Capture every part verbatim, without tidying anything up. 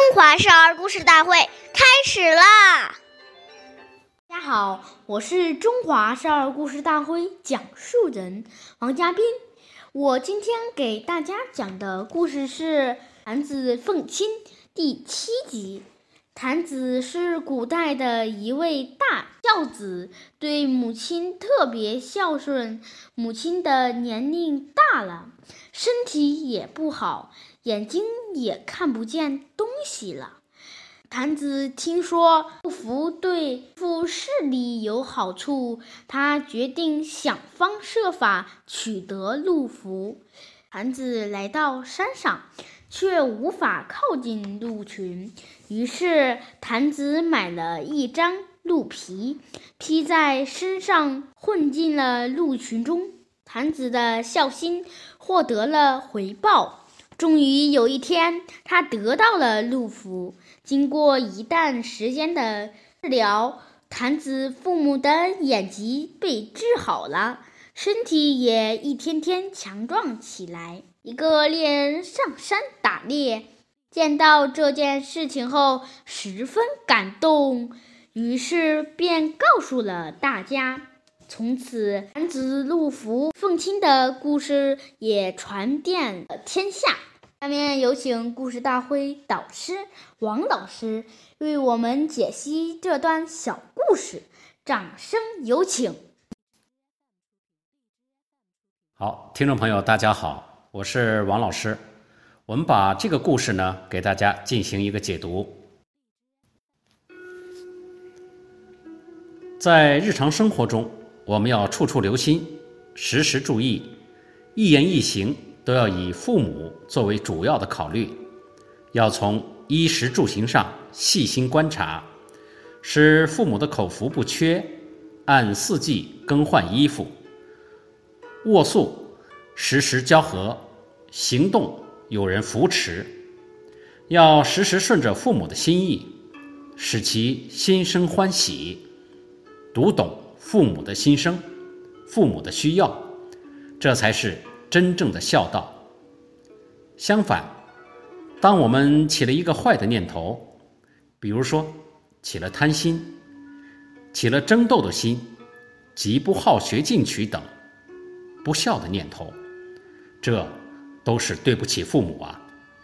华少儿故事大会开始啦！ 大家好，我是中华少儿故事大会讲述人王嘉宾。我今天给大家讲的故事是《弹子奉亲》第七集。弹子是古代的一位大孝子，对母亲特别孝顺。母亲的年龄大了，身体也不好，眼睛也看不见东西了。弹子听说陆福对付视力有好处，他决定想方设法取得陆福。弹子来到山上，却无法靠近鹿群，于是弹子买了一张鹿皮，披在身上，混进了鹿群中。弹子的孝心获得了回报，终于有一天，他得到了陆福。经过一段时间的治疗，弹子父母的眼疾被治好了，身体也一天天强壮起来。一个猎人上山打猎，见到这件事情后十分感动，于是便告诉了大家。从此，弹子陆福奉亲的故事也传遍了天下。下面有请故事大会导师王老师为我们解析这段小故事，掌声有请。 好，听众朋友大家好，我是王老师。我们把这个故事呢给大家进行一个解读。在日常生活中，我们要处处留心，时时注意，一言一行都要以父母作为主要的考虑，要从衣食住行上细心观察，使父母的口福不缺，按四季更换衣服，卧宿时时交合，行动有人扶持，要时时顺着父母的心意，使其心生欢喜，读懂父母的心声，父母的需要，这才是真正的孝道。相反，当我们起了一个坏的念头，比如说起了贪心，起了争斗的心，极不好学进取等不孝的念头，这都是对不起父母啊。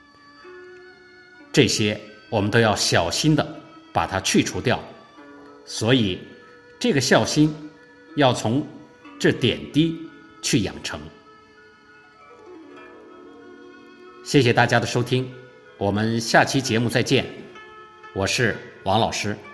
这些我们都要小心的把它去除掉。所以这个孝心要从这点滴去养成。谢谢大家的收听，我们下期节目再见。我是王老师。